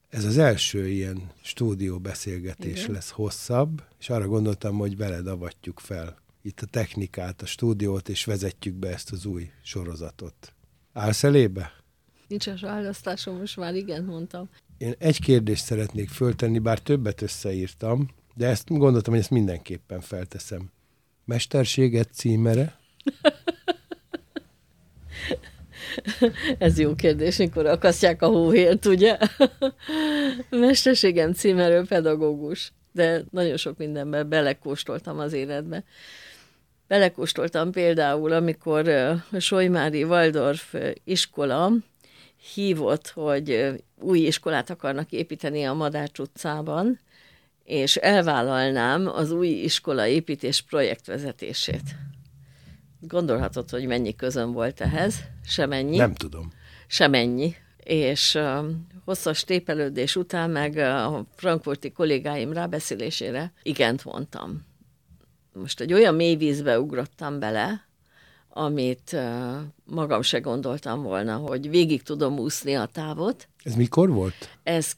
Ez az első ilyen stúdióbeszélgetés lesz hosszabb, és arra gondoltam, hogy veled avatjuk fel itt a technikát, a stúdiót, és vezetjük be ezt az új sorozatot. Állsz elébe? Nincs választásom, most már igen mondtam. Én egy kérdést szeretnék föltenni, bár többet összeírtam, de ezt gondoltam, hogy ezt mindenképpen felteszem. Mesterséged címere? Ez jó kérdés, mikor akasztják a hóhélt, ugye? Mesterségem címerő pedagógus, de nagyon sok mindenben belekóstoltam az életbe. Belekóstoltam például, amikor a Solymári Waldorf iskola hívott, hogy új iskolát akarnak építeni a Madács utcában, és elvállalnám az új iskola építés projektvezetését. Gondolhatod, hogy mennyi közöm volt ehhez? Semennyi. Nem tudom. Semennyi. És hosszas tépelődés után meg a frankfurti kollégáim rábeszélésére igent mondtam. Most egy olyan mély vízbe ugrottam bele, amit magam se gondoltam volna, hogy végig tudom úszni a távot. Ez mikor volt? Ez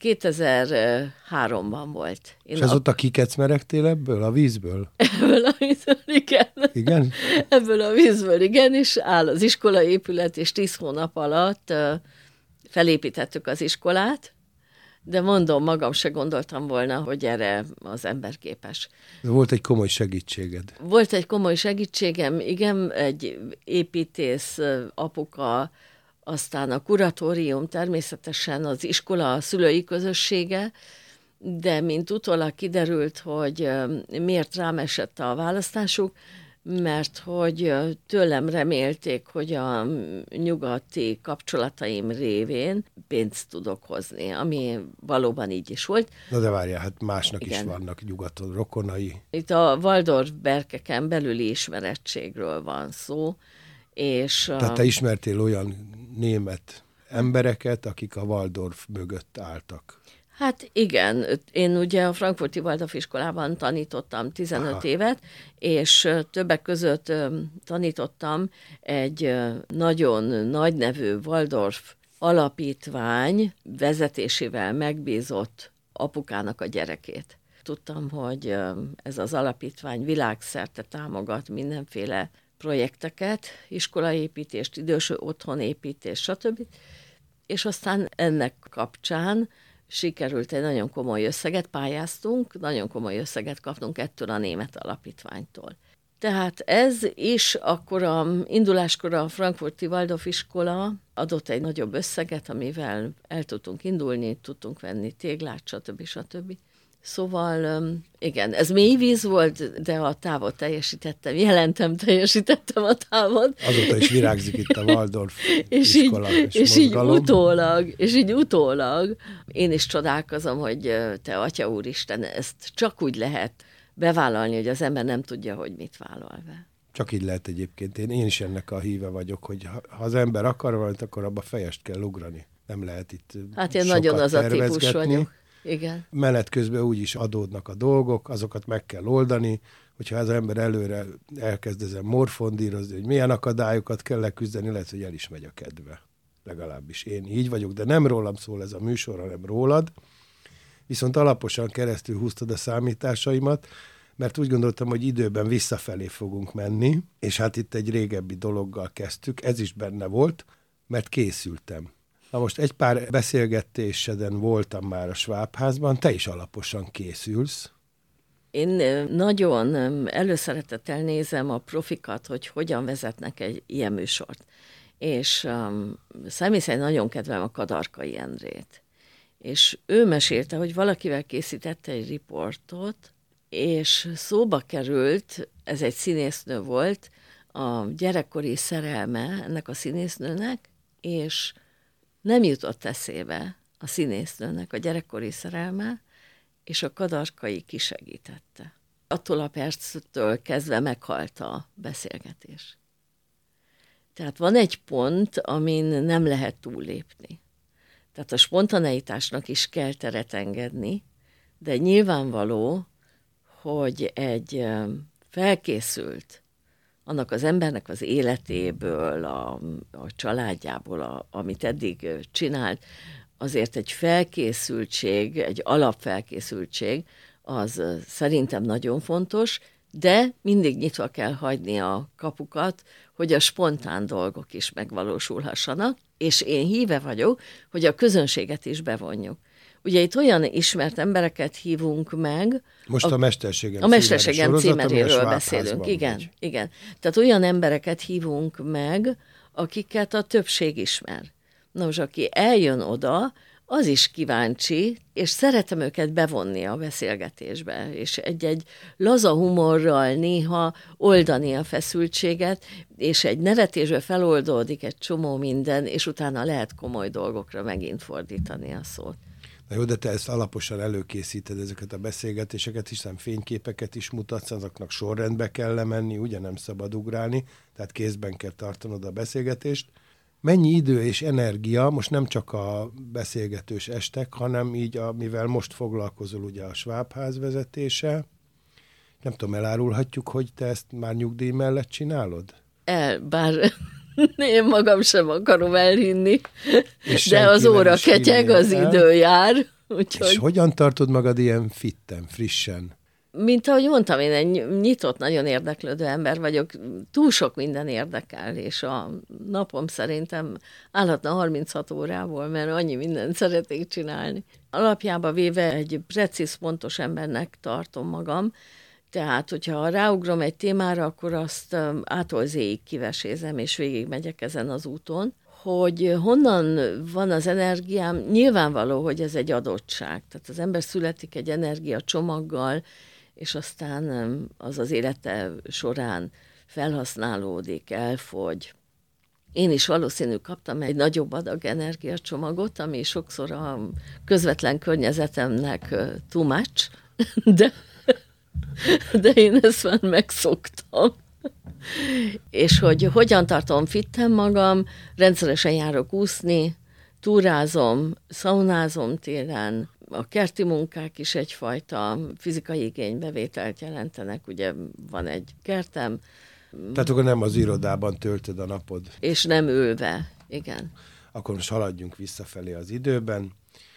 2003-ban volt. És azóta kikecmeregtél ebből a vízből? Ebből a vízből, igen. Igen? Ebből a vízből, igen, és áll az iskolaépület, és 10 hónap alatt felépítettük az iskolát, de mondom, magam se gondoltam volna, hogy erre az ember képes. Volt egy komoly segítséged. Volt egy komoly segítségem, igen, egy építész apuka, aztán a kuratórium, természetesen az iskola, a szülői közössége, de mint utólag kiderült, hogy miért rám esett a választásuk, mert hogy tőlem remélték, hogy a nyugati kapcsolataim révén pénzt tudok hozni, ami valóban így is volt. Na de várjál, hát másnak igen. is vannak nyugaton rokonai. Itt a Waldorf berkeken belüli ismerettségről van szó, és... Tehát te ismertél olyan német embereket, akik a Waldorf mögött álltak. Hát igen, én ugye a frankfurti Waldorf iskolában tanítottam 15 évet, és többek között tanítottam egy nagyon nagy nevű Waldorf alapítvány vezetésével megbízott apukának a gyerekét. Tudtam, hogy ez az alapítvány világszerte támogat mindenféle projekteket, iskolaépítést, idős otthonépítést, stb. És aztán ennek kapcsán sikerült egy nagyon komoly összeget, pályáztunk, nagyon komoly összeget kaptunk ettől a német alapítványtól. Tehát ez is akkor induláskor a frankfurti Waldorf iskola adott egy nagyobb összeget, amivel el tudtunk indulni, tudtunk venni téglát, stb. Szóval igen, ez mély víz volt, de a távot teljesítettem a távot. Azóta is virágzik itt a Waldorf és iskola és mozgalom. És így utólag én is csodálkozom, hogy te, Atya Úristen, ezt csak úgy lehet bevállalni, hogy az ember nem tudja, hogy mit vállal be. Csak így lehet egyébként. Én is ennek a híve vagyok, hogy ha az ember akar valamit, akkor abba fejest kell ugrani. Nem lehet itt hát én nagyon az a típus vagyok. Igen. Menet közben úgyis adódnak a dolgok, azokat meg kell oldani, hogyha az ember előre elkezd ezen morfondírozni, hogy milyen akadályokat kell leküzdeni, lehet, hogy el is megy a kedve. Legalábbis én így vagyok, de nem rólam szól ez a műsor, hanem rólad. Viszont alaposan keresztül húztad a számításaimat, mert úgy gondoltam, hogy időben visszafelé fogunk menni, és hát itt egy régebbi dologgal kezdtük, ez is benne volt, mert készültem. Na most egy pár beszélgetéseden voltam már a Schwab-házban, te is alaposan készülsz. Én nagyon előszeretettel nézem a profikat, hogy hogyan vezetnek egy ilyen műsort. És személy szerint nagyon kedvelem a Kadarkai Endrét. És ő mesélte, hogy valakivel készítette egy riportot, és szóba került, ez egy színésznő volt, a gyerekkori szerelme ennek a színésznőnek, és nem jutott eszébe a színésznőnek a gyerekkori szerelme, és a Kadarkai kisegítette. Attól a perctől kezdve meghalt a beszélgetés. Tehát van egy pont, amin nem lehet túllépni. Tehát a spontaneitásnak is kell teret engedni, de nyilvánvaló, hogy egy felkészült, annak az embernek az életéből, a családjából, amit eddig csinált, azért egy felkészültség, egy alapfelkészültség, az szerintem nagyon fontos, de mindig nyitva kell hagyni a kapukat, hogy a spontán dolgok is megvalósulhassanak, és én híve vagyok, hogy a közönséget is bevonjuk. Ugye itt olyan ismert embereket hívunk meg. Most a Mesterségem, címeréről beszélünk. Igen. Tehát olyan embereket hívunk meg, akiket a többség ismer. Na most, aki eljön oda, az is kíváncsi, és szeretem őket bevonni a beszélgetésbe, és egy laza humorral néha oldani a feszültséget, és egy nevetésbe feloldódik egy csomó minden, és utána lehet komoly dolgokra megint fordítani a szót. Na jó, de te ezt alaposan előkészíted, ezeket a beszélgetéseket, hiszen fényképeket is mutatsz, azoknak sorrendbe kell lemenni, ugye nem szabad ugrálni, tehát kézben kell tartanod a beszélgetést. Mennyi idő és energia, most nem csak a beszélgetős estek, hanem így, amivel most foglalkozol, ugye a Schwab-ház vezetése. Nem tudom, elárulhatjuk, hogy te ezt már nyugdíj mellett csinálod? Bár én magam sem akarom elhinni, de az óra ketyeg, az idő jár. Úgyhogy... És hogyan tartod magad ilyen fitten, frissen? Mint ahogy mondtam, én egy nyitott, nagyon érdeklődő ember vagyok, túl sok minden érdekel, és a napom szerintem állhatna 36 órából, mert annyi mindent szeretnék csinálni. Alapjába véve egy precíz, pontos embernek tartom magam, tehát, hogyha ráugrom egy témára, akkor azt ától zéig kivesézem, és végigmegyek ezen az úton. Hogy honnan van az energiám, nyilvánvaló, hogy ez egy adottság. Tehát az ember születik egy energiacsomaggal, és aztán az élete során felhasználódik, elfogy. Én is valószínű kaptam egy nagyobb adag energiacsomagot, ami sokszor a közvetlen környezetemnek too much, de én ezt már megszoktam. És hogy hogyan tartom fitten magam, rendszeresen járok úszni, túrázom, szaunázom télen, a kerti munkák is egyfajta fizikai igénybevételt jelentenek, ugye van egy kertem. Tehát akkor nem az irodában töltöd a napod. És nem ülve, igen. Akkor most haladjunk visszafelé az időben.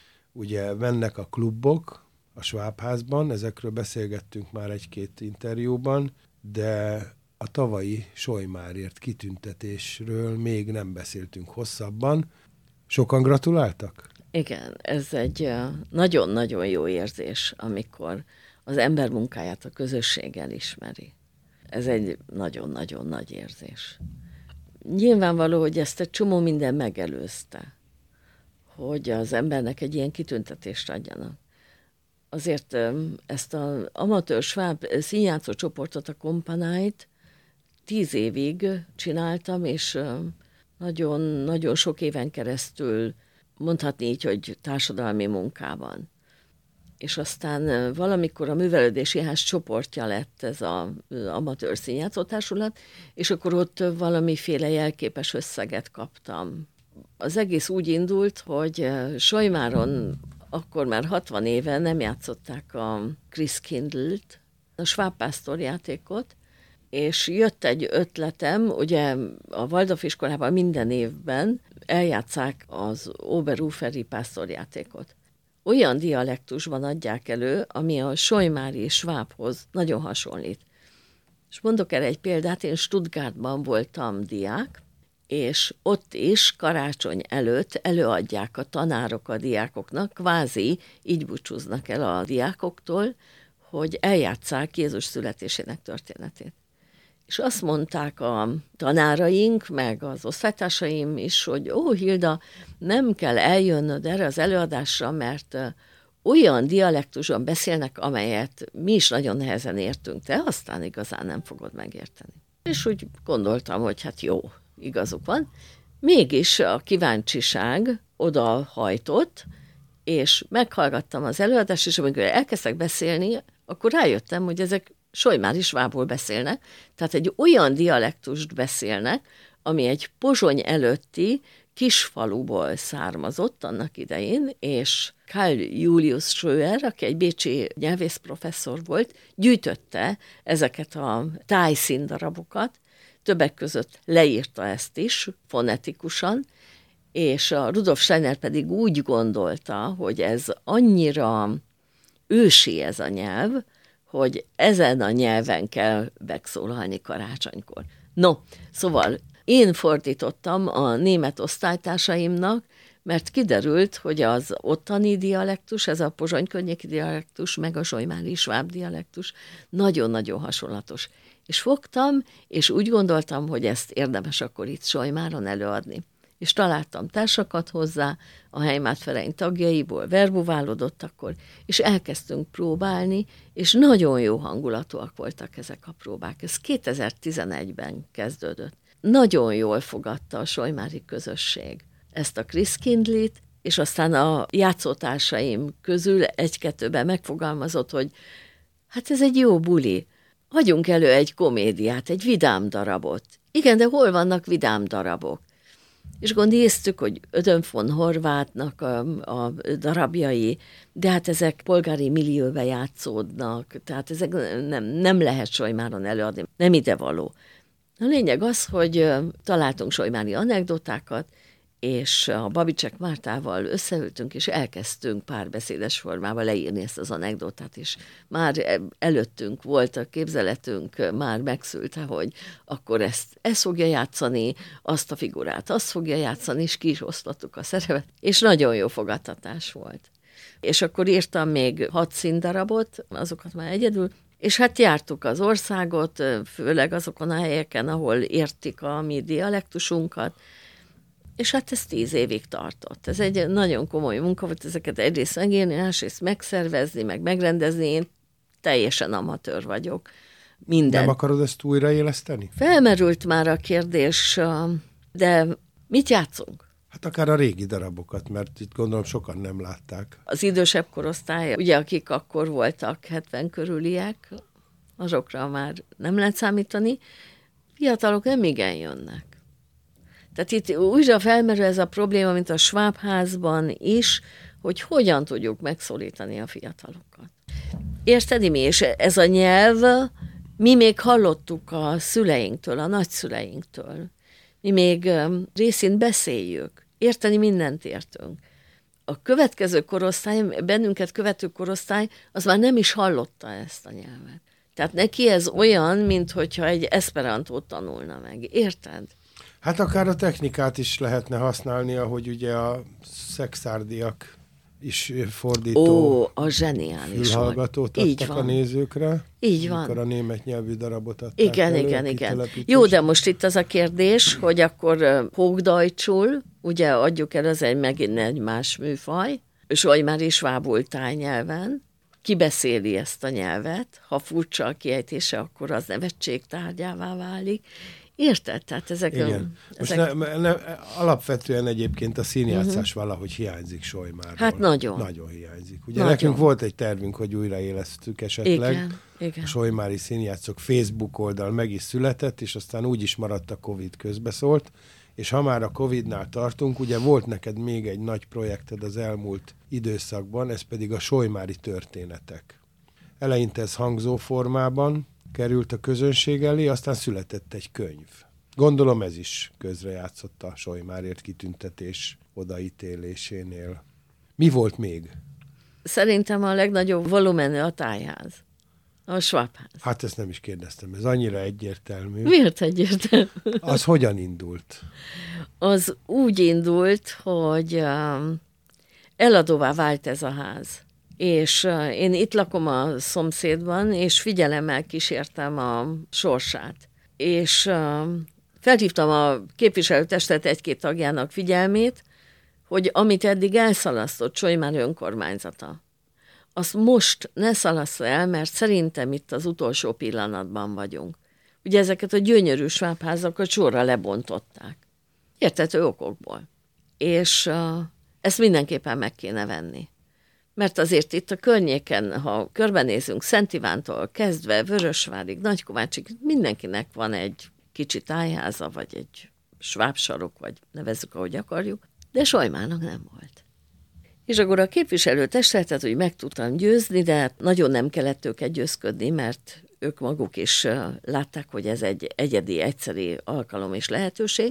Ugye mennek a klubok a Schwab-házban, ezekről beszélgettünk már egy-két interjúban, de a tavalyi Solymárért kitüntetésről még nem beszéltünk hosszabban. Sokan gratuláltak? Igen, ez egy nagyon-nagyon jó érzés, amikor az ember munkáját a közösség elismeri. Ez egy nagyon-nagyon nagy érzés. Nyilvánvaló, hogy ezt egy csomó minden megelőzte, hogy az embernek egy ilyen kitüntetést adjanak. Azért ezt az amatőr Schwab színjátszó csoportot, a Kompanájt 10 évig csináltam, és nagyon-nagyon sok éven keresztül mondhatni így, hogy társadalmi munkában. És aztán valamikor a Művelődési Ház csoportja lett ez az amatőr színjátszótársulat, és akkor ott valamiféle jelképes összeget kaptam. Az egész úgy indult, hogy Solymáron akkor már 60 éve nem játszották a Christkindlt, a Schwab pásztorjátékot, és jött egy ötletem, ugye a Waldorfiskolában minden évben eljátszák az Oberuferi pásztorjátékot. Olyan dialektusban adják elő, ami a solymári Schwabhoz nagyon hasonlít. És mondok erre egy példát, én Stuttgartban voltam diák, és ott is karácsony előtt előadják a tanárok a diákoknak, kvázi így búcsúznak el a diákoktól, hogy eljátsszák Jézus születésének történetét. És azt mondták a tanáraink, meg az osztálytársaim is, hogy Hilda, nem kell eljönnöd erre az előadásra, mert olyan dialektusban beszélnek, amelyet mi is nagyon nehezen értünk, te aztán igazán nem fogod megérteni. És úgy gondoltam, hogy hát jó, igazuk van. Mégis a kíváncsiság oda hajtott, és meghallgattam az előadást, és amikor elkezdtek beszélni, akkor rájöttem, hogy ezek solymári Schwabból beszélnek, tehát egy olyan dialektust beszélnek, ami egy Pozsony előtti kisfaluból származott annak idején, és Karl Julius Schröer, aki egy bécsi nyelvészprofesszor volt, gyűjtötte ezeket a tájszíndarabokat, többek között leírta ezt is fonetikusan, és a Rudolf Steiner pedig úgy gondolta, hogy ez annyira ősi ez a nyelv, hogy ezen a nyelven kell megszólalni karácsonykor. No, szóval én fordítottam a német osztálytársaimnak, mert kiderült, hogy az ottani dialektus, ez a Pozsony környéki dialektus, meg a zsolymári sváb dialektus nagyon-nagyon hasonlatos. És fogtam, és úgy gondoltam, hogy ezt érdemes akkor itt Zsolymáron előadni. És találtam társakat hozzá, a Heimat Verein tagjaiból verbuválódott akkor, és elkezdtünk próbálni, és nagyon jó hangulatúak voltak ezek a próbák. Ez 2011-ben kezdődött. Nagyon jól fogadta a zsolymári közösség ezt a Christkindlit, és aztán a játszótársaim közül egy-kettőben megfogalmazott, hogy hát ez egy jó buli, hagyjunk elő egy komédiát, egy vidám darabot. Igen, de hol vannak vidám darabok? És néztük, hogy Ödön von Horvátnak a darabjai, de hát ezek polgári millióbe játszódnak, tehát ezek nem lehet Zsolymáron előadni, nem idevaló. A lényeg az, hogy találtunk zsolymári anekdotákat, és a Babicsek Mártával összeültünk, és elkezdtünk párbeszédes formában leírni ezt az anekdotát, és már előttünk volt a képzeletünk, már megszülte, hogy akkor ezt fogja játszani, azt a figurát, azt fogja játszani, és ki is osztottuk a szerepet, és nagyon jó fogadtatás volt. És akkor írtam még 6 színdarabot, azokat már egyedül, és hát jártuk az országot, főleg azokon a helyeken, ahol értik a mi dialektusunkat, és hát ez 10 évig tartott. Ez egy nagyon komoly munka volt, ezeket egyrészt megírni, másrészt megszervezni, meg megrendezni. Én teljesen amatőr vagyok. Minden. Nem akarod ezt újraéleszteni? Felmerült már a kérdés, de mit játszunk? Hát akár a régi darabokat, mert itt gondolom sokan nem látták. Az idősebb korosztály, ugye akik akkor voltak 70 körüliek, azokra már nem lehet számítani, fiatalok nem igen jönnek. Tehát itt újra felmerül ez a probléma, mint a Schwab-házban is, hogy hogyan tudjuk megszólítani a fiatalokat. Érted, mi? És ez a nyelv, mi még hallottuk a szüleinktől, a nagyszüleinktől. Mi még részint beszéljük. Érteni mindent értünk. A következő korosztály, bennünket követő korosztály, az már nem is hallotta ezt a nyelvet. Tehát neki ez olyan, minthogyha egy eszperantót tanulna meg. Érted? Hát akár a technikát is lehetne használni, ahogy ugye a szexárdiak is fordító a zseniális fülhallgatót adtak a nézőkre. Így van. Amikor a német nyelvű darabot adták Igen. Jó, de most itt az a kérdés, hogy akkor Hochdeutschul, ugye adjuk el, az megint egy más műfaj, zsolymári svábul tájnyelven, ki beszéli ezt a nyelvet, ha furcsa a kiejtése, akkor az nevetség tárgyává válik. Érted? Tehát ezek... Igen. Most alapvetően egyébként a színjátszás valahogy hiányzik Zsolymáról. Hát nagyon. Nagyon hiányzik. Ugye nekünk volt egy tervünk, hogy újraélesztük esetleg. Igen. A zsolymári színjátszók Facebook oldal meg is született, és aztán úgy is maradt, a Covid közbeszólt. És ha már a Covidnál tartunk, ugye volt neked még egy nagy projekted az elmúlt időszakban, ez pedig a zsolymári történetek. Eleinte ez hangzó formában került a közönség elé, aztán született egy könyv. Gondolom ez is közrejátszott a Zsolymárért kitüntetés odaítélésénél. Mi volt még? Szerintem a legnagyobb volumenű a tájház. A Schwab-ház. Hát ezt nem is kérdeztem, ez annyira egyértelmű. Miért egyértelmű? Az hogyan indult? Az úgy indult, hogy eladóvá vált ez a ház. És én itt lakom a szomszédban, és figyelemmel kísértem a sorsát. És felhívtam a képviselőtestet egy-két tagjának figyelmét, hogy amit eddig elszalasztott Zsolymári önkormányzata, azt most ne szalassza el, mert szerintem itt az utolsó pillanatban vagyunk. Ugye ezeket a gyönyörű svábházakat sorra lebontották. Érthető okokból. És ezt mindenképpen meg kéne venni. Mert azért itt a környéken, ha körbenézünk, Szent Ivántól kezdve Vörösvárig, Nagykovácsig, mindenkinek van egy kicsi tájháza, vagy egy svábsarok, vagy nevezzük, ahogy akarjuk, de Zsolymárnak nem volt. És akkor a képviselőtestületet, hogy meg tudtam győzni, de hát nagyon nem kellett őket győzködni, mert ők maguk is látták, hogy ez egy egyedi, egyszeri alkalom és lehetőség,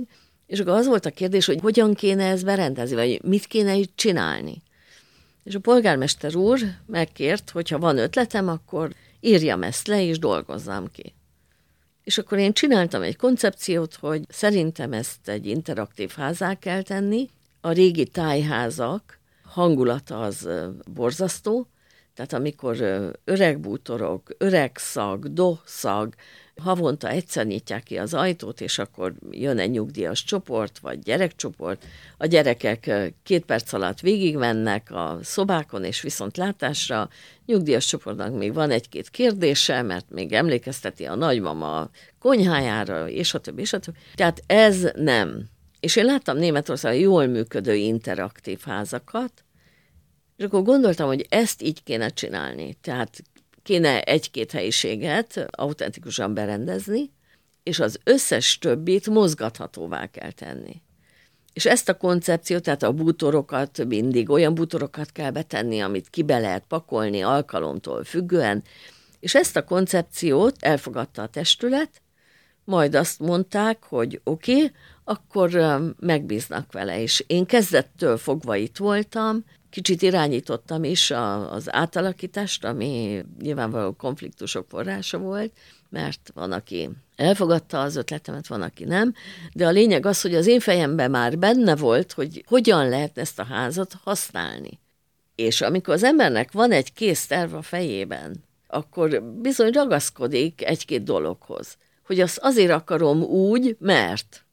És akkor az volt a kérdés, hogy hogyan kéne ezt berendezni, vagy mit kéne itt csinálni. És a polgármester úr megkért, hogyha van ötletem, akkor írjam ezt le, és dolgozzam ki. És akkor én csináltam egy koncepciót, hogy szerintem ezt egy interaktív házá kell tenni. A régi tájházak hangulata az borzasztó, tehát amikor öreg bútorok, öreg szag, dohszag, havonta egyszer nyitják ki az ajtót, és akkor jön egy nyugdíjas csoport, vagy gyerekcsoport, a gyerekek 2 perc alatt végigmennek a szobákon, és viszont látásra nyugdíjas csoportnak még van 1-2 kérdése, mert még emlékezteti a nagymama a konyhájára, és a többi, és a többi. Tehát ez nem. És én láttam Németországban jól működő interaktív házakat, és akkor gondoltam, hogy ezt így kéne csinálni. Tehát kéne 1-2 helyiséget autentikusan berendezni, és az összes többit mozgathatóvá kell tenni. És ezt a koncepciót, tehát a bútorokat mindig olyan bútorokat kell betenni, amit ki be lehet pakolni alkalomtól függően, és ezt a koncepciót elfogadta a testület, majd azt mondták, hogy oké, akkor megbíznak vele, és én kezdettől fogva itt voltam, kicsit irányítottam is az átalakítást, ami nyilvánvaló konfliktusok forrása volt, mert van, aki elfogadta az ötletemet, van, aki nem, de a lényeg az, hogy az én fejemben már benne volt, hogy hogyan lehet ezt a házat használni. És amikor az embernek van egy kész terv a fejében, akkor bizony ragaszkodik 1-2 dologhoz, hogy azt azért akarom úgy, mert...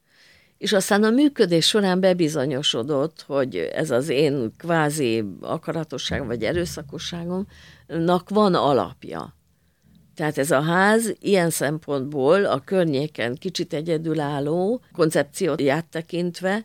És aztán a működés során bebizonyosodott, hogy ez az én kvázi akaratosságom vagy erőszakosságomnak van alapja. Tehát ez a ház ilyen szempontból a környéken kicsit egyedülálló koncepcióját tekintve,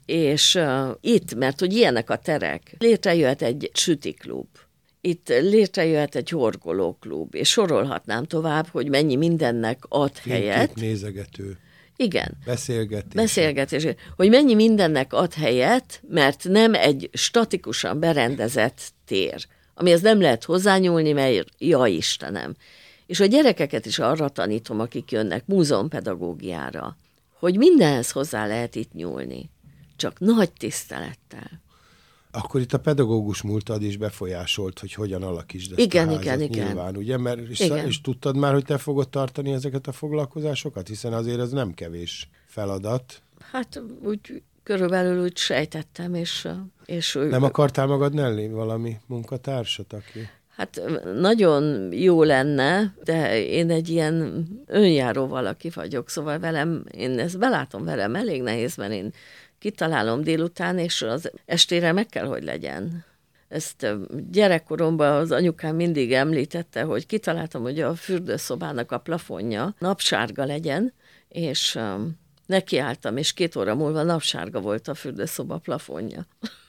és itt, mert hogy ilyenek a terek, létrejöhet egy sütiklub, itt létrejöhet egy horgolóklub, és sorolhatnám tovább, hogy mennyi mindennek ad helyet. Nézegető. Igen. Beszélgetés. Hogy mennyi mindennek ad helyet, mert nem egy statikusan berendezett tér, amihez nem lehet hozzányúlni, mert ja Istenem. És a gyerekeket is arra tanítom, akik jönnek múzeumpedagógiára, hogy mindenhez hozzá lehet itt nyúlni, csak nagy tisztelettel. Akkor itt a pedagógus múltad is befolyásolt, hogy hogyan alakítsd ezt igen, a házat igen. Nyilván, ugye? Mert és tudtad már, hogy te fogod tartani ezeket a foglalkozásokat? Hiszen azért ez nem kevés feladat. Hát úgy körülbelül úgy sejtettem, és nem akartál magad mellé valami munkatársat, aki... Hát nagyon jó lenne, de én egy ilyen önjáró valaki vagyok, szóval velem, én ezt belátom velem, elég nehéz, mert én kitalálom délután, és az estére meg kell, hogy legyen. Ezt gyerekkoromban az anyukám mindig említette, hogy kitaláltam, hogy a fürdőszobának a plafonja napsárga legyen, és nekiálltam, és 2 óra múlva napsárga volt a fürdőszoba plafonja.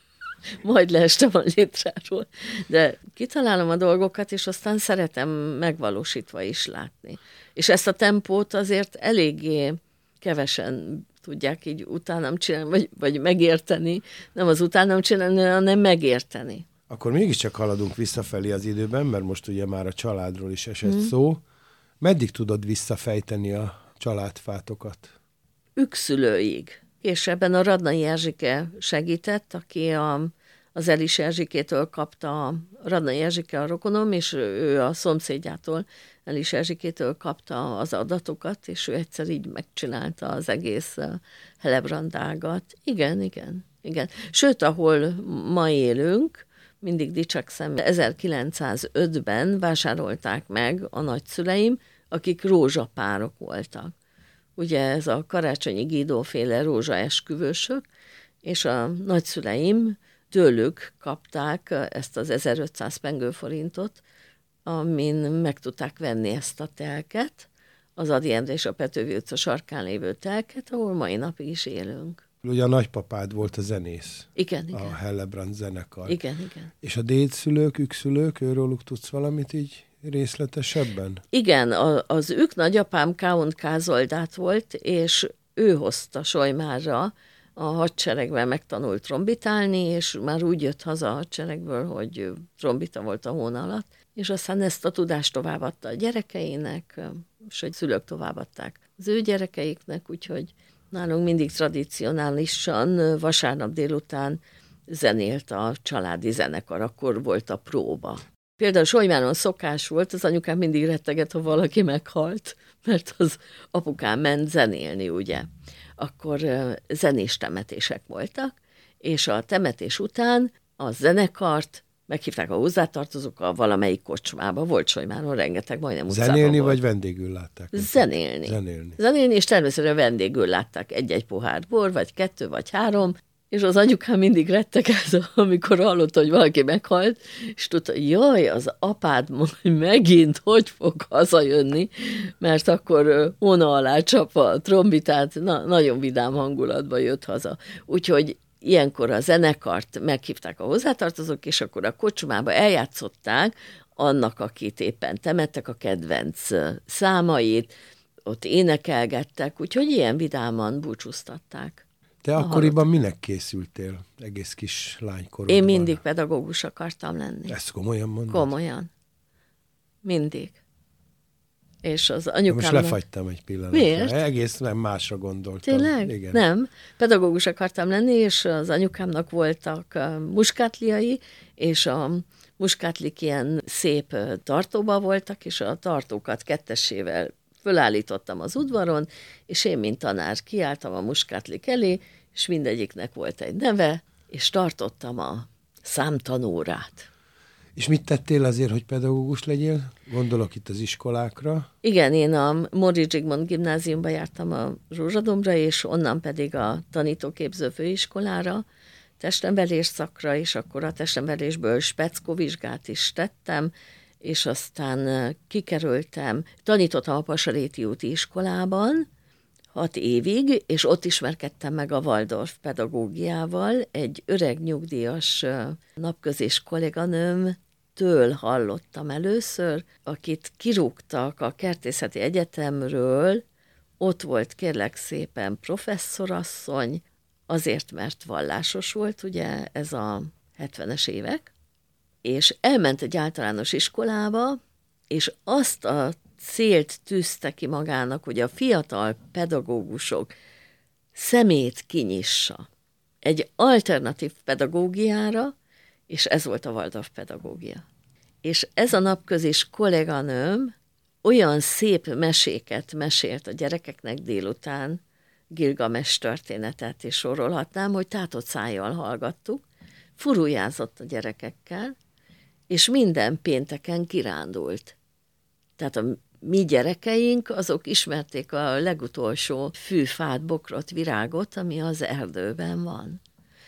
Majd leestem a létráról. De kitalálom a dolgokat, és aztán szeretem megvalósítva is látni. És ezt a tempót azért eléggé kevesen tudják így utánam csinálni, vagy megérteni. Nem az utánam csinálni, hanem megérteni. Akkor mégiscsak haladunk visszafelé az időben, mert most ugye már a családról is esett szó. Meddig tudod visszafejteni a családfátokat? Ükszülőig. És ebben a Radnai Erzsike segített, aki az Elis Erzsikétől kapta, Radnai Erzsike a rokonom, és ő a szomszédjától, Elis Erzsikétől kapta az adatokat, és ő egyszer így megcsinálta az egész Hellebrand-ágat. Igen. Sőt, ahol ma élünk, mindig dicsekszem, 1905-ben vásárolták meg a nagyszüleim, akik rózsapárok voltak. Ugye ez a Karácsonyi Guido-féle rózsaesküvősök, és a nagyszüleim tőlük kapták ezt az 1500 pengőforintot, amin meg tudták venni ezt a telket, az Ady Endre és a Petőfi utca sarkán lévő telket, ahol mai napig is élünk. Ugye a nagypapád volt a zenész. Igen. A Hellebrand zenekar. Igen. És a dédszülők, ükszülők, őróluk tudsz valamit így részletesebben? Igen, az ők nagyapám K.K. Zoldát volt, és ő hozta Solymárra a hadseregben megtanult trombitálni, és már úgy jött haza a hadseregből, hogy trombita volt a hón alatt, és aztán ezt a tudást továbbadta a gyerekeinek, és a szülők továbbadták az ő gyerekeiknek, úgyhogy nálunk mindig tradicionálisan vasárnap délután zenélt a családi zenekar, akkor volt a próba. Például Solymáron szokás volt, az anyukám mindig retteget, ha valaki meghalt, mert az apukám ment zenélni, ugye. Akkor zenés temetések voltak, és a temetés után a zenekart meghívták a hozzátartozókkal valamelyik kocsmába, volt Solymáron rengeteg, majdnem utcában Zenélni volt. vagy vendégül látták? Zenélni, és természetesen vendégül látták egy-egy pohár bor, vagy 2, vagy 3, és az anyukám mindig rettegett, amikor hallotta, hogy valaki meghalt, és tudta, jaj, az apád megint hogy fog hazajönni, mert akkor hóna alá csapva a trombitát, nagyon vidám hangulatba jött haza. Úgyhogy ilyenkor a zenekart meghívták a hozzátartozók, és akkor a kocsmába eljátszották annak, akit éppen temettek, a kedvenc számait, ott énekelgettek, úgyhogy ilyen vidáman búcsúztatták. Te akkoriban minek készültél egész kis lánykorodban? Én mindig pedagógus akartam lenni. Ezt komolyan mondod? Komolyan. Mindig. És az anyukámnak... Most lefagytam egy pillanatra. Miért? Egész nem másra gondoltam. Tényleg? Igen. Nem. Pedagógus akartam lenni, és az anyukámnak voltak muskátliai, és a muskátlik ilyen szép tartóba voltak, és a tartókat kettesével fölállítottam az udvaron, és én, mint tanár, kiálltam a muskátlik elé, és mindegyiknek volt egy neve, és tartottam a számtanórát. És mit tettél azért, hogy pedagógus legyél? Gondolok itt az iskolákra. Igen, én a Móricz Zsigmond gimnáziumba jártam a Rózsadombra, és onnan pedig a tanítóképző főiskolára, testnevelés szakra, és akkor a testnevelésből speckó vizsgát is tettem, és aztán kikerültem, tanítottam a Pasaréti úti iskolában 6 évig, és ott ismerkedtem meg a Waldorf pedagógiával. Egy öreg nyugdíjas napközis kolléganőmtől hallottam először, akit kirúgtak a Kertészeti Egyetemről, ott volt kérlek szépen professzorasszony, azért, mert vallásos volt, ugye ez a 70-es évek, és elment egy általános iskolába, és azt a célt tűzte ki magának, hogy a fiatal pedagógusok szemét kinyissa egy alternatív pedagógiára, és ez volt a Waldorf pedagógia. És ez a napközis kolléganőm olyan szép meséket mesélt a gyerekeknek délután, Gilgames történetet is sorolhatnám, hogy tátott szájjal hallgattuk, furujázott a gyerekekkel, és minden pénteken kirándult. Tehát a mi gyerekeink, azok ismerték a legutolsó fűfát, bokrot, virágot, ami az erdőben van.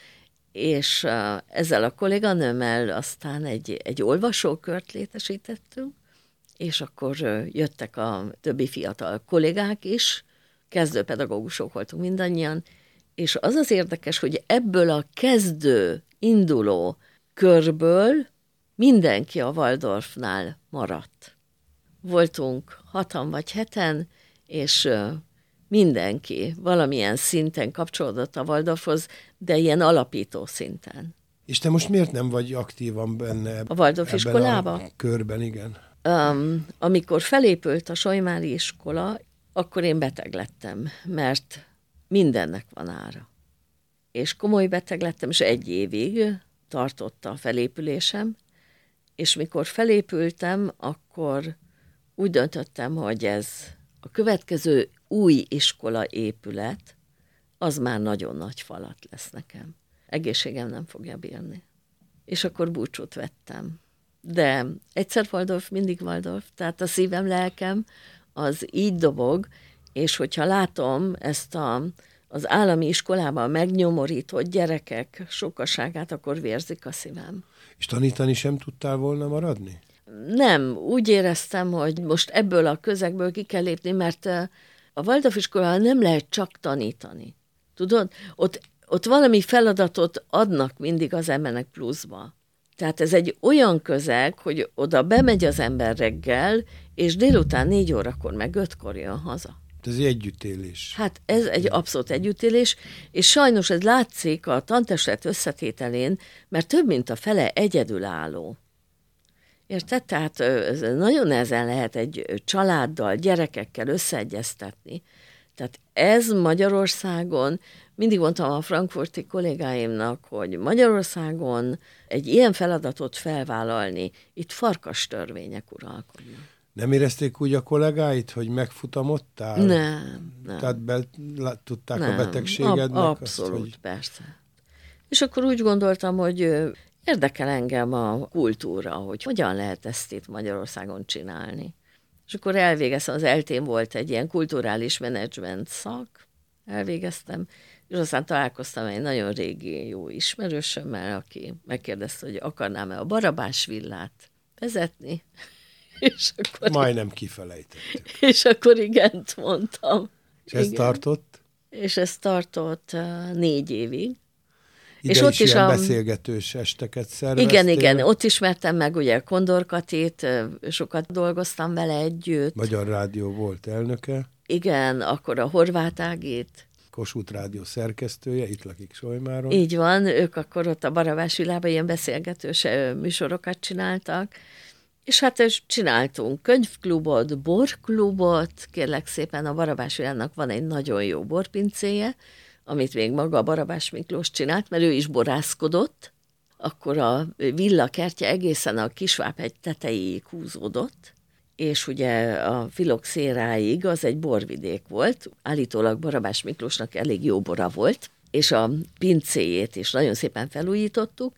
És ezzel a kolléganőmmel aztán egy olvasókört létesítettünk, és akkor jöttek a többi fiatal kollégák is, kezdőpedagógusok voltunk mindannyian, és az az érdekes, hogy ebből a kezdő, induló körből mindenki a Waldorfnál maradt. Voltunk 6-an vagy 7-en, és mindenki valamilyen szinten kapcsolódott a Waldorfhoz, de ilyen alapító szinten. És te most miért nem vagy aktívan benne A Waldorf iskolába? A körben, igen. Amikor felépült a solymári iskola, akkor én beteg lettem, mert mindennek van ára. És komoly beteg lettem, és 1 évig tartott a felépülésem, és mikor felépültem, akkor úgy döntöttem, hogy ez a következő új iskola épület, az már nagyon nagy falat lesz nekem. Egészségem nem fogja bírni. És akkor búcsút vettem. De egyszer Waldorf, mindig Waldorf, tehát a szívem, lelkem az így dobog, és hogyha látom ezt az állami iskolában megnyomorított gyerekek sokaságát, akkor vérzik a szívem. És tanítani sem tudtál volna maradni? Nem, úgy éreztem, hogy most ebből a közegből ki kell lépni, mert a Waldorf iskolában nem lehet csak tanítani. Tudod, ott valami feladatot adnak mindig az embernek pluszba. Tehát ez egy olyan közeg, hogy oda bemegy az ember reggel, és délután 4 órakor meg 5-kor jön haza. Ez egy együttélés. Hát ez egy abszolút együttélés, és sajnos ez látszik a tantestület összetételén, mert több mint a fele egyedülálló. Érted? Tehát nagyon nehezen lehet egy családdal, gyerekekkel összeegyeztetni. Tehát ez Magyarországon, mindig mondtam a frankfurti kollégáimnak, hogy Magyarországon egy ilyen feladatot felvállalni, itt farkas törvények uralkodnak. Nem érezték úgy a kollégáit, hogy megfutamodtál? Nem. Tehát tudták a betegségednek? Abszolút, hogy... persze. És akkor úgy gondoltam, hogy érdekel engem a kultúra, hogy hogyan lehet ezt itt Magyarországon csinálni. És akkor elvégeztem, az eltén volt egy ilyen kulturális menedzsment szak, elvégeztem, és aztán találkoztam egy nagyon régi jó ismerősömmel, aki megkérdezte, hogy akarnám-e a Barabás villát vezetni. És akkor majdnem kifelejtettük. És akkor igent mondtam. És ez tartott? És ez tartott 4 évig. Ide és ott is ilyen beszélgetős esteket szerveztél? Igen, ott ismertem meg ugye Kondor Katit, sokat dolgoztam vele együtt. Magyar Rádió volt elnöke. Igen, akkor a Horváth Ágit. Kossuth Rádió szerkesztője, itt lakik Solymáron. Így van, ők akkor ott a Barabás villában ilyen beszélgetős műsorokat csináltak, és hát csináltunk könyvklubot, borklubot, kérlek szépen a Barabás villának van egy nagyon jó borpincéje, amit még maga a Barabás Miklós csinált, mert ő is borászkodott, akkor a villa kertje egészen a Kisvábhegy tetejéig húzódott, és ugye a filoxéráig az egy borvidék volt, állítólag Barabás Miklósnak elég jó bora volt, és a pincéjét is nagyon szépen felújítottuk,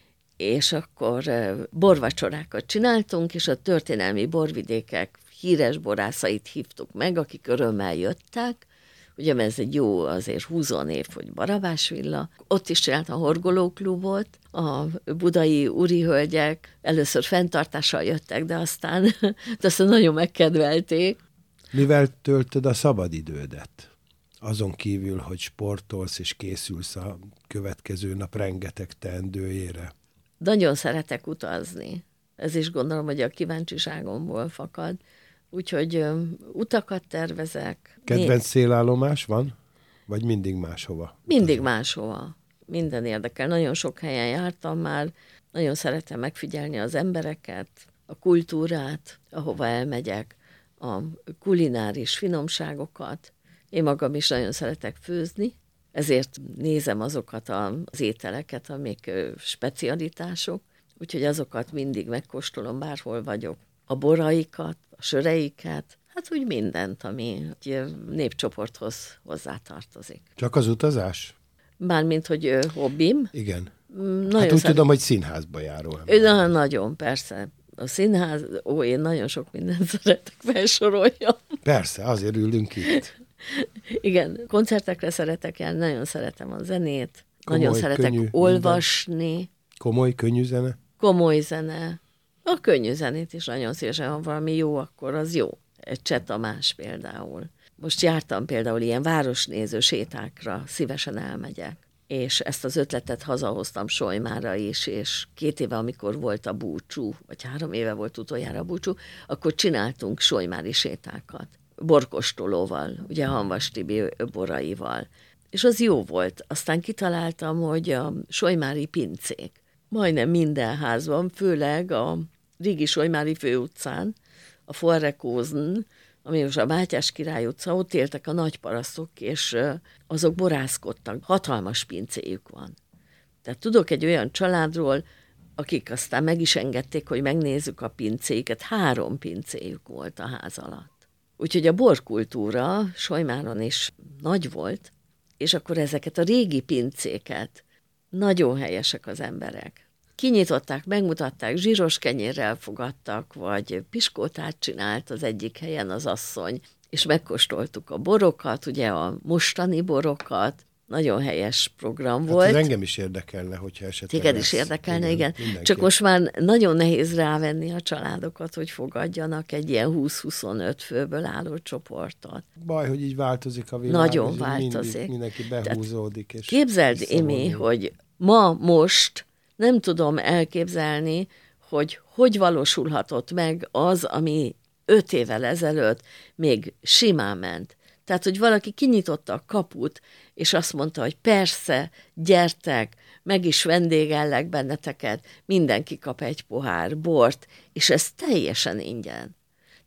és akkor borvacsorákat csináltunk, és a történelmi borvidékek híres borászait hívtuk meg, akik örömmel jöttek. Ugye ez egy jó azért 20 év, hogy Barabás villa. Ott is csináltam horgolóklubot, a budai úri hölgyek először fenntartással jöttek, de aztán nagyon megkedvelték. Mivel töltöd a szabadidődet? Azon kívül, hogy sportolsz és készülsz a következő nap rengeteg teendőjére. Nagyon szeretek utazni. Ez is gondolom, hogy a kíváncsiságomból fakad. Úgyhogy utakat tervezek. Kedvenc célállomás van? Vagy mindig máshova? Mindig máshova. Minden érdekel. Nagyon sok helyen jártam már. Nagyon szeretem megfigyelni az embereket, a kultúrát, ahova elmegyek, a kulináris finomságokat. Én magam is nagyon szeretek főzni, ezért nézem azokat az ételeket, amik specialitások, úgyhogy azokat mindig megkóstolom, bárhol vagyok. A boraikat, a söreiket, hát úgy mindent, ami népcsoporthoz hozzátartozik. Csak az utazás? Mármint, hogy hobbim. Igen. Hát úgy tudom, hogy színházba járó. Nagyon, persze. A színház, én nagyon sok mindent szeretek felsoroljam. Persze, azért ülünk itt. Igen, koncertekre szeretek járni, nagyon szeretem a zenét, komoly, nagyon szeretek könnyű, olvasni. Minden. Komoly, könnyű zene? Komoly zene. A könnyű zenét is nagyon szívesen, ha valami jó, akkor az jó. Egy Cseh Tamás például. Most jártam például ilyen városnéző sétákra, szívesen elmegyek. És ezt az ötletet hazahoztam Solymára is, és 2 éve, amikor volt a búcsú, vagy 3 éve volt utoljára a búcsú, akkor csináltunk solymári sétákat. Borkostolóval, ugye Hanvas Tibi boraival. És az jó volt. Aztán kitaláltam, hogy a solymári pincék. Majdnem minden házban, főleg a régi Solymári főutcán, a Forrekózen, ami most a Mátyás Király utca, ott éltek a nagyparasztok, és azok borászkodtak. Hatalmas pincéjük van. Tehát tudok egy olyan családról, akik aztán meg is engedték, hogy megnézzük a pincéiket. 3 pincéjük volt a ház alatt. Úgyhogy a borkultúra Solymáron is nagy volt, és akkor ezeket a régi pincéket nagyon helyesek az emberek. Kinyitották, megmutatták, zsíros kenyérrel fogadtak, vagy piskótát csinált az egyik helyen az asszony, és megkóstoltuk a borokat, ugye a mostani borokat, nagyon helyes program volt. Ez engem is érdekelne, hogyha esetleg... Téged is érdekelne, igen. Csak most már nagyon nehéz rávenni a családokat, hogy fogadjanak egy ilyen 20-25 főből álló csoportot. Baj, hogy így változik a világ. Nagyon változik. Mindenki behúzódik. És képzeld, Imi, hogy most nem tudom elképzelni, hogy valósulhatott meg az, ami 5 évvel ezelőtt még simán ment. Tehát, hogy valaki kinyitotta a kaput, és azt mondta, hogy persze, gyertek, meg is vendégellek benneteket, mindenki kap egy pohár bort, és ez teljesen ingyen.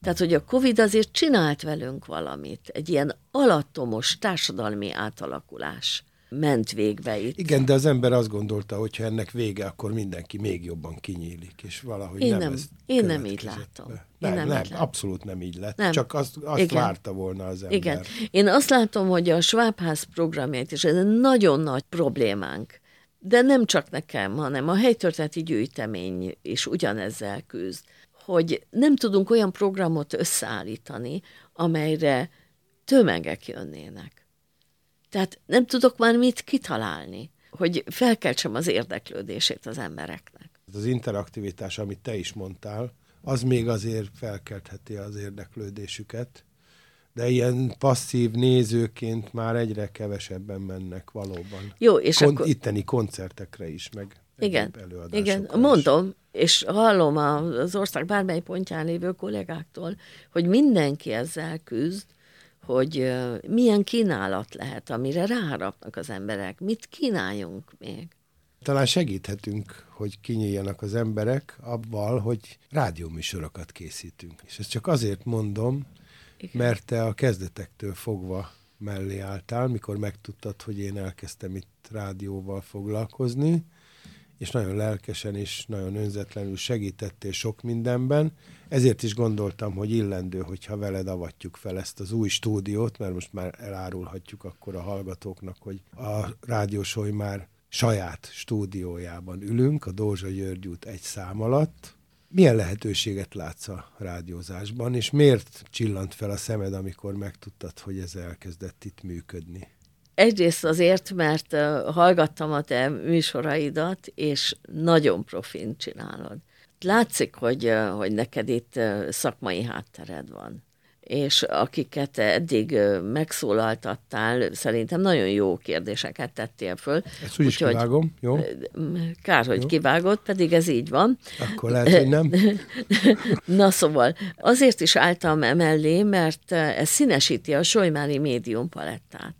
Tehát, hogy a Covid azért csinált velünk valamit, egy ilyen alattomos társadalmi átalakulás ment végbe itt. Igen, de az ember azt gondolta, hogy ha ennek vége, akkor mindenki még jobban kinyílik, és valahogy én nem így látom. Nem, abszolút nem így lett. Nem. Csak azt várta volna az ember. Igen. Én azt látom, hogy a Schwab-ház programját is ez egy nagyon nagy problémánk. De nem csak nekem, hanem a helytörténeti gyűjtemény is ugyanezzel küzd, hogy nem tudunk olyan programot összeállítani, amelyre tömegek jönnének. Tehát nem tudok már mit kitalálni, hogy felkeltsem az érdeklődését az embereknek. Az interaktivitás, amit te is mondtál, az még azért felkeltheti az érdeklődésüket, de ilyen passzív nézőként már egyre kevesebben mennek valóban. Jó, és akkor... Itteni koncertekre is, meg előadásokra igen, is. mondom, és hallom az ország bármely pontján lévő kollégáktól, hogy mindenki ezzel küzd, hogy milyen kínálat lehet, amire ráharapnak az emberek. Mit kínáljunk még? Talán segíthetünk, hogy kinyíljanak az emberek abban, hogy rádióműsorokat készítünk. És ezt csak azért mondom, igen, mert te a kezdetektől fogva mellé álltál, mikor megtudtad, hogy én elkezdtem itt rádióval foglalkozni, és nagyon lelkesen és nagyon önzetlenül segítettél sok mindenben. Ezért is gondoltam, hogy illendő, hogyha veled avatjuk fel ezt az új stúdiót, mert most már elárulhatjuk akkor a hallgatóknak, hogy a Rádiósoly már saját stúdiójában ülünk, a Dózsa György út 1 szám alatt. Milyen lehetőséget látsz a rádiózásban, és miért csillant fel a szemed, amikor megtudtad, hogy ez elkezdett itt működni? Egyrészt azért, mert hallgattam a te műsoraidat, és nagyon profin csinálod. Látszik, hogy neked itt szakmai háttered van. És akiket eddig megszólaltattál, szerintem nagyon jó kérdéseket tettél föl. Ezt úgy is kivágom, jó? Kár, hogy kivágod, pedig ez így van. Akkor lehet, hogy nem. Na szóval, azért is álltam emellé, mert ez színesíti a solymári médium palettát.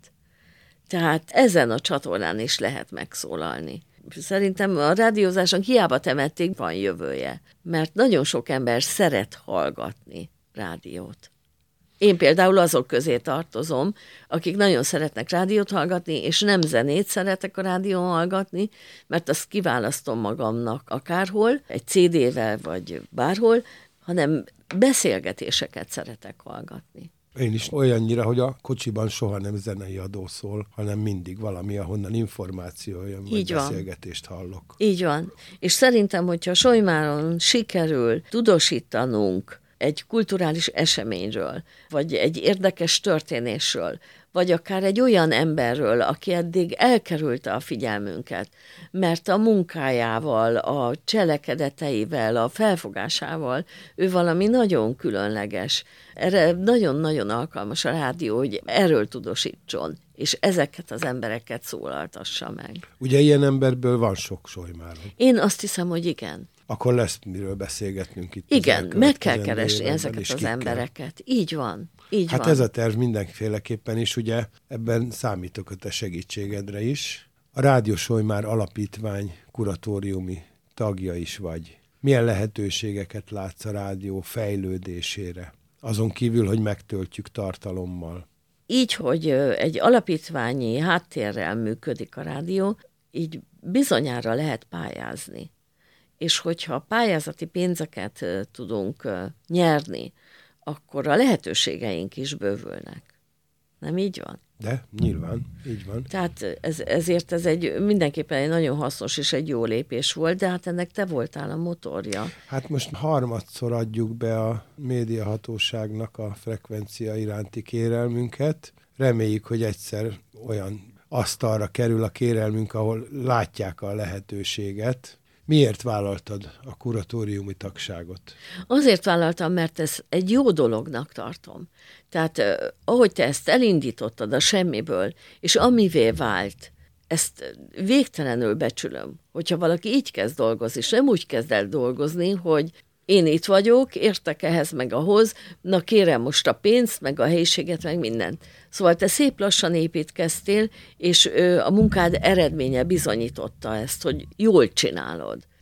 Tehát ezen a csatornán is lehet megszólalni. Szerintem a rádiózáson hiába temették, van jövője, mert nagyon sok ember szeret hallgatni rádiót. Én például azok közé tartozom, akik nagyon szeretnek rádiót hallgatni, és nem zenét szeretek a rádión hallgatni, mert azt kiválasztom magamnak akárhol, egy CD-vel vagy bárhol, hanem beszélgetéseket szeretek hallgatni. Én is olyannyira, hogy a kocsiban soha nem zenei adó szól, hanem mindig valami, ahonnan információ jön, vagy így beszélgetést hallok. Így van. És szerintem, hogyha Solymáron sikerül tudósítanunk egy kulturális eseményről, vagy egy érdekes történésről, vagy akár egy olyan emberről, aki eddig elkerülte a figyelmünket, mert a munkájával, a cselekedeteivel, a felfogásával ő valami nagyon különleges. Erre nagyon-nagyon alkalmas a rádió, hogy erről tudósítson, és ezeket az embereket szólaltassa meg. Ugye ilyen emberből van sok Solymáron. Én azt hiszem, hogy igen. Akkor lesz miről beszélgetnünk itt. Igen, meg kell keresni ezeket az embereket. Így van. Így hát van. Ez a terv mindenféleképpen is, ugye ebben számítok a te segítségedre is. A Rádiósoly már alapítvány kuratóriumi tagja is vagy. Milyen lehetőségeket látsz a rádió fejlődésére? Azon kívül, hogy megtöltjük tartalommal. Így, hogy egy alapítványi háttérrel működik a rádió, így bizonyára lehet pályázni. És hogyha pályázati pénzeket tudunk nyerni, akkor a lehetőségeink is bővülnek. Nem így van? De, nyilván, így van. Tehát ezért ez mindenképpen egy nagyon hasznos és egy jó lépés volt, de hát ennek te voltál a motorja. Hát most harmadszor adjuk be a médiahatóságnak a frekvencia iránti kérelmünket. Reméljük, hogy egyszer olyan asztalra kerül a kérelmünk, ahol látják a lehetőséget. Miért vállaltad a kuratóriumi tagságot? Azért vállaltam, mert ezt egy jó dolognak tartom. Tehát ahogy te ezt elindítottad a semmiből, és amivé vált, ezt végtelenül becsülöm. Hogyha valaki így kezd dolgozni, és nem úgy kezd el dolgozni, hogy én itt vagyok, értek ehhez meg ahhoz, na kérem most a pénzt, meg a helyiséget, meg mindent. Szóval te szép lassan építkeztél, és a munkád eredménye bizonyította ezt, hogy jól csinálod.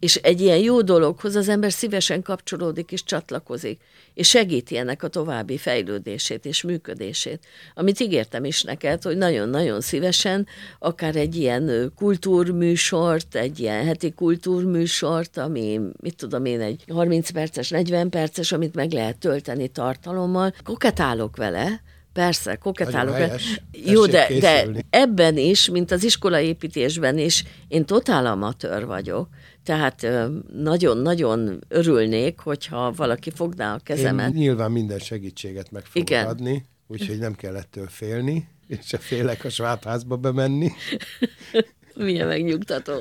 És egy ilyen jó dologhoz az ember szívesen kapcsolódik és csatlakozik, és segíti ennek a további fejlődését és működését. Amit ígértem is neked, hogy nagyon-nagyon szívesen, akár egy ilyen kultúrműsort, egy ilyen heti kultúrműsort, ami, mit tudom én, egy 30 perces, 40 perces, amit meg lehet tölteni tartalommal. Koketálok vele, persze, koketálok. Jó, de ebben is, mint az iskolaépítésben is, én totál amatőr vagyok. Tehát nagyon-nagyon örülnék, hogyha valaki fogná a kezemet. Én nyilván minden segítséget meg fogok adni, úgyhogy nem kell ettől félni, és se félek a Schwab-házba bemenni. Milyen megnyugtató.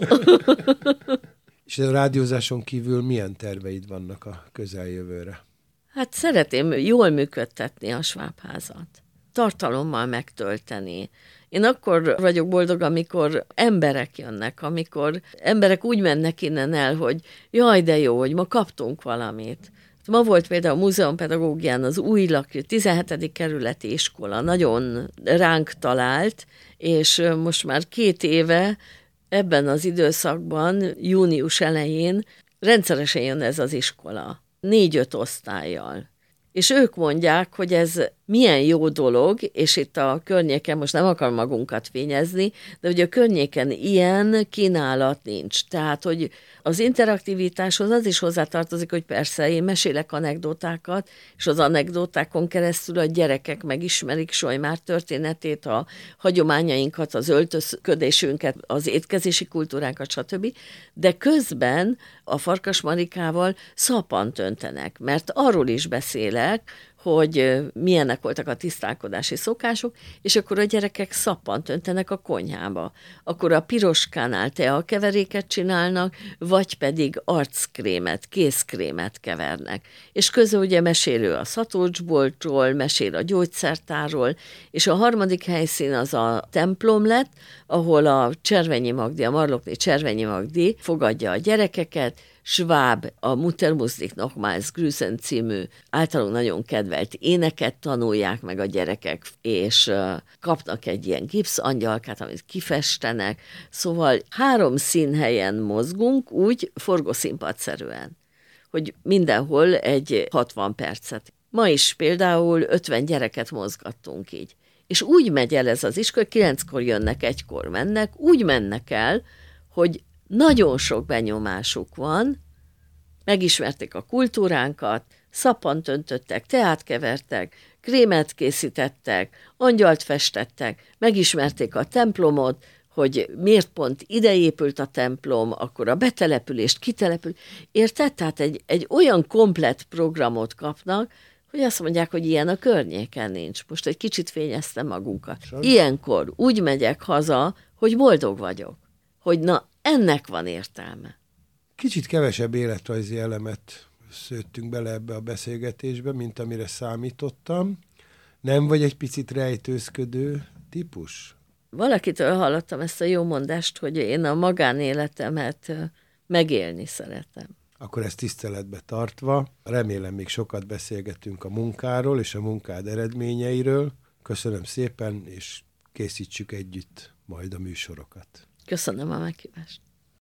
És a rádiózáson kívül milyen terveid vannak a közeljövőre? Hát szeretném jól működtetni a Schwab-házat. Tartalommal megtölteni. Én akkor vagyok boldog, amikor emberek jönnek, amikor emberek úgy mennek innen el, hogy jaj, de jó, hogy ma kaptunk valamit. Ma volt például a múzeumpedagógián az új 17. kerületi iskola, nagyon ránk talált, és most már 2 éve ebben az időszakban, június elején rendszeresen jön ez az iskola, 4-5 osztállyal. És ők mondják, hogy ez milyen jó dolog, és itt a környéken, most nem akar magunkat fényezni, de hogy a környéken ilyen kínálat nincs. Tehát, hogy az interaktivitáshoz az is hozzátartozik, hogy persze én mesélek anekdotákat, és az anekdotákon keresztül a gyerekek megismerik Solymár történetét, a hagyományainkat, az öltözködésünket, az étkezési kultúránkat, stb. De közben a Farkas Marikával szappant öntenek, mert arról is beszélek, hogy milyenek voltak a tisztálkodási szokások, és akkor a gyerekek szappant öntenek a konyhába. Akkor a piroskánál teakeveréket csinálnak, vagy pedig arckrémet, kézkrémet kevernek. És közben ugye mesélő a szatócsboltról, mesél a gyógyszertárról, és a harmadik helyszín az a templom lett, ahol a Cservenyi Magdi, a Marlokné Cservenyi Magdi fogadja a gyerekeket, Schwab a Mutter muss dich nochmals grüßen című általunk nagyon kedvelt éneket tanulják meg a gyerekek, és kapnak egy ilyen gipszangyalkát, amit kifestenek. Szóval 3 színhelyen mozgunk, úgy forgószínpadszerűen, hogy mindenhol egy 60 percet. Ma is például 50 gyereket mozgattunk így. És úgy megy el ez az iskola, 9-kor jönnek, 1-kor mennek, úgy mennek el, hogy nagyon sok benyomásuk van, megismerték a kultúránkat, szappant öntöttek, teát kevertek, krémet készítettek, angyalt festettek, megismerték a templomot, hogy miért pont ide épült a templom, akkor a betelepülést, kitelepül. Érted? Tehát egy olyan komplett programot kapnak, hogy azt mondják, hogy ilyen a környéken nincs. Most egy kicsit fényeztem magunkat. Ilyenkor úgy megyek haza, hogy boldog vagyok. Hogy na, ennek van értelme. Kicsit kevesebb életrajzi elemet szőttünk bele ebbe a beszélgetésbe, mint amire számítottam. Nem vagy egy picit rejtőzködő típus? Valakitől hallottam ezt a jó mondást, hogy én a magánéletemet megélni szeretem. Akkor ezt tiszteletbe tartva, remélem még sokat beszélgetünk a munkáról és a munkád eredményeiről. Köszönöm szépen, és készítsük együtt majd a műsorokat. Köszönöm a meghívást.